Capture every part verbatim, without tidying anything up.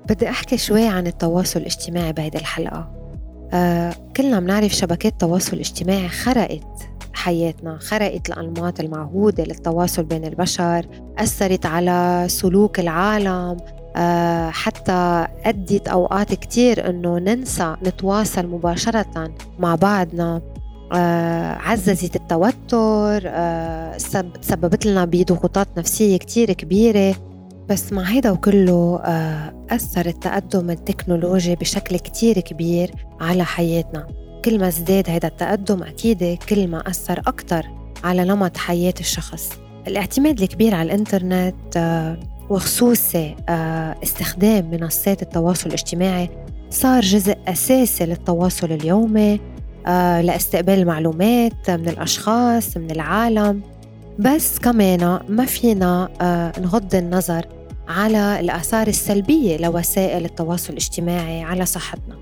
بدي أحكي شوي عن التواصل الاجتماعي بهيدي الحلقة. آه، كلنا بنعرف شبكات التواصل الاجتماعي خرقت حياتنا، خرقت الأنماط المعهودة للتواصل بين البشر، أثرت على سلوك العالم، آه، حتى أدت أوقات كتير أنه ننسى نتواصل مباشرة مع بعضنا. آه، عززت التوتر، آه، سب- سببت لنا بضغوطات نفسية كتير كبيرة. بس مع هيدا وكله آه، أثر التقدم التكنولوجي بشكل كتير كبير على حياتنا. كل ما ازداد هيدا التقدم أكيد كل ما أثر أكتر على نمط حياة الشخص. الاعتماد الكبير على الإنترنت آه، وخصوصي آه، استخدام منصات التواصل الاجتماعي صار جزء أساسي للتواصل اليومي، آه، لاستقبال المعلومات من الأشخاص من العالم. بس كمان ما فينا آه، نغض النظر على الآثار السلبية لوسائل التواصل الاجتماعي على صحتنا.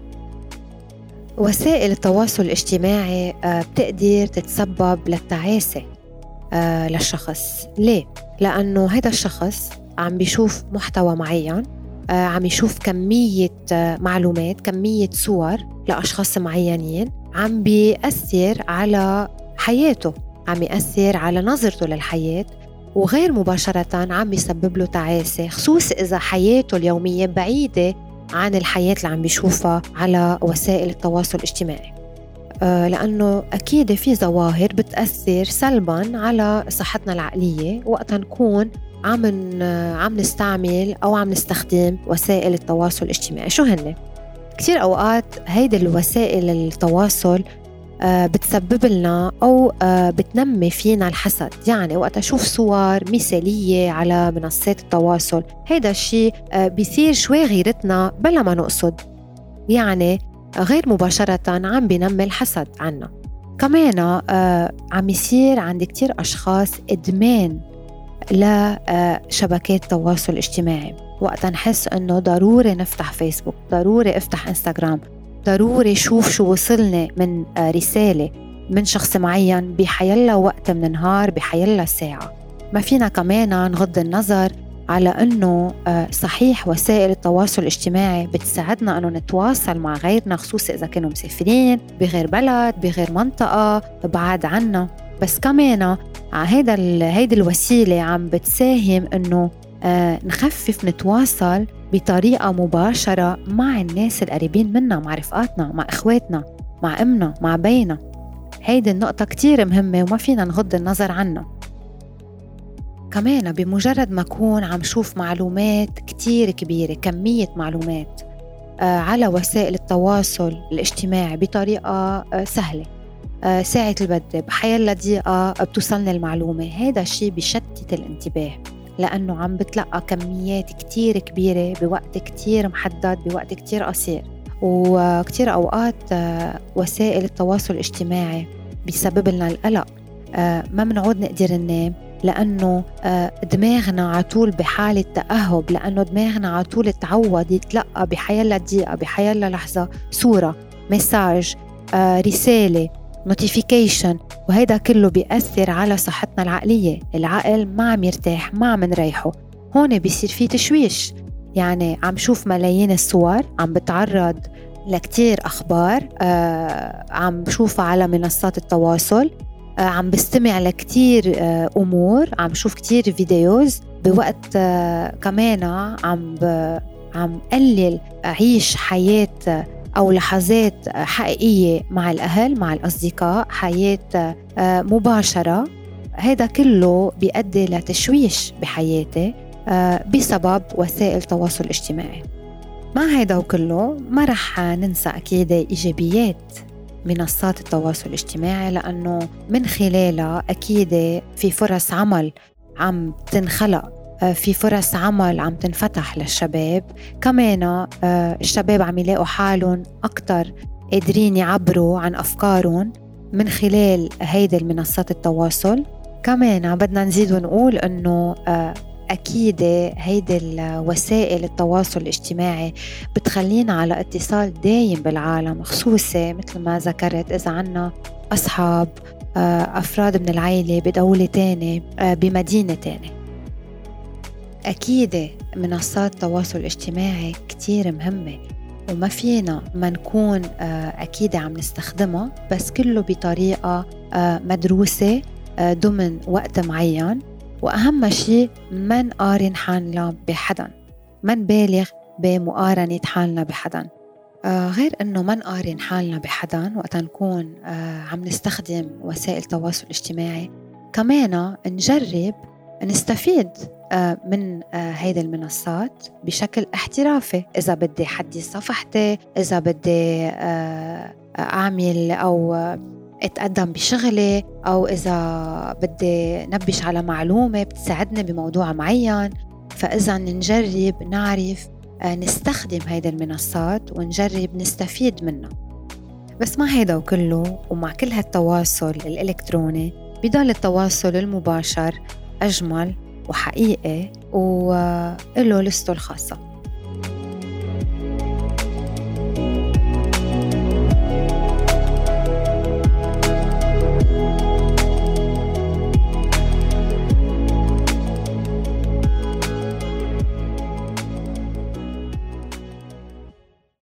وسائل التواصل الاجتماعي آه، بتقدر تتسبب للتعاسة آه، للشخص. ليه؟ لأنه هذا الشخص عم بيشوف محتوى معين، آه، عم يشوف كمية آه، معلومات، كمية صور لأشخاص معينين، عم بيأثر على حياته، عم يأثر على نظرته للحياة، وغير مباشرة عم يسبب له تعاسة، خصوص إذا حياته اليومية بعيدة عن الحياة اللي عم بيشوفها على وسائل التواصل الاجتماعي. آه، لأنه أكيد في ظواهر بتأثر سلباً على صحتنا العقلية وقت نكون عم عم نستعمل أو عم نستخدم وسائل التواصل الاجتماعي. شو هن؟ كتير أوقات هيدي الوسائل التواصل آه، بتسبب لنا أو آه، بتنمي فينا الحسد. يعني وقت أشوف صور مثالية على منصات التواصل، هيدا الشيء آه، بيصير شوي غيرتنا بلا ما نقصد، يعني غير مباشرة عم بينمي الحسد عنا. كمان آه، عم يصير عند كتير أشخاص إدمان لشبكات التواصل الاجتماعي. وقت نحس أنه ضروري نفتح فيسبوك، ضروري افتح انستغرام، ضروري شوف شو وصلني من آه، رسالة من شخص معين بحيلا وقت من النهار، بحيلا ساعة. ما فينا كمان نغض النظر على أنه صحيح وسائل التواصل الاجتماعي بتساعدنا أنه نتواصل مع غيرنا، خصوصا إذا كانوا مسافرين بغير بلد، بغير منطقة، بعاد عنا. بس كمان هيدا هيدي الوسيلة عم بتساهم أنه نخفف نتواصل بطريقة مباشرة مع الناس القريبين منا، مع رفقاتنا، مع إخواتنا، مع أمنا، مع بينا. هيدي النقطة كتير مهمة وما فينا نغض النظر عنها. كمان بمجرد ما أكون عم شوف معلومات كتير كبيرة، كمية معلومات آه على وسائل التواصل الاجتماعي بطريقة آه سهلة، آه ساعة البدء بحيالله دقيقة بتوصلني المعلومة، هذا الشيء بشتت الانتباه، لأنه عم بتلقى كميات كتير كبيرة بوقت كتير محدد، بوقت كتير قصير. وكتير أوقات آه وسائل التواصل الاجتماعي بيسبب لنا القلق، آه ما منعود نقدر ننام، لأنه دماغنا عطول بحالة تأهب، لأنه دماغنا عطول تعود يتلقى بحيالله دقيقة، بحيالله لحظة صورة، مساج، رسالة، نوتيفيكيشن، وهيدا كله بيأثر على صحتنا العقلية. العقل ما عم يرتاح، ما عم نريحه، هون بيصير فيه تشويش. يعني عم شوف ملايين الصور، عم بتعرض لكتير أخبار، عم بشوفها على منصات التواصل، عم بستمع لكتير أمور، عم شوف كتير فيديوز بوقت كمان عم عم قلل أعيش حياة أو لحظات حقيقية مع الأهل، مع الأصدقاء، حياة مباشرة. هذا كله بيؤدي لتشويش بحياتي بسبب وسائل التواصل الاجتماعي. مع هذا وكله ما رح ننسى أكيد إيجابيات منصات التواصل الاجتماعي، لأنه من خلالها أكيد في فرص عمل عم تنخلق، في فرص عمل عم تنفتح للشباب. كمان الشباب عم يلاقوا حالهم أكتر قادرين يعبروا عن أفكارهم من خلال هيدي المنصات التواصل. كمان بدنا نزيد ونقول أنه أكيد هيدي الوسائل التواصل الاجتماعي بتخلينا على اتصال دايم بالعالم، خصوصي مثل ما ذكرت إذا عنا أصحاب، أفراد من العائلة بدولة تانية، بمدينة تانية. أكيد منصات التواصل الاجتماعي كتير مهمة، وما فينا ما نكون أكيد عم نستخدمها، بس كله بطريقة مدروسة ضمن وقت معين. وأهم شيء ما نقارن حالنا بحدا، ما نبالغ بمقارنة حالنا بحدا. غير أنه ما نقارن حالنا بحدا وقت نكون عم نستخدم وسائل التواصل الاجتماعي، كمان نجرب نستفيد من هيدا المنصات بشكل احترافي. إذا بدي حدي صفحتي، إذا بدي أعمل أو أتقدم بشغلي، أو إذا بدي نبش على معلومة بتساعدني بموضوع معين، فإذا نجرب نعرف نستخدم هيدا المنصات ونجرب نستفيد منها. بس مع هيدا وكله ومع كل هالتواصل الإلكتروني بضل التواصل المباشر أجمل وحقيقي وله لسته الخاصة.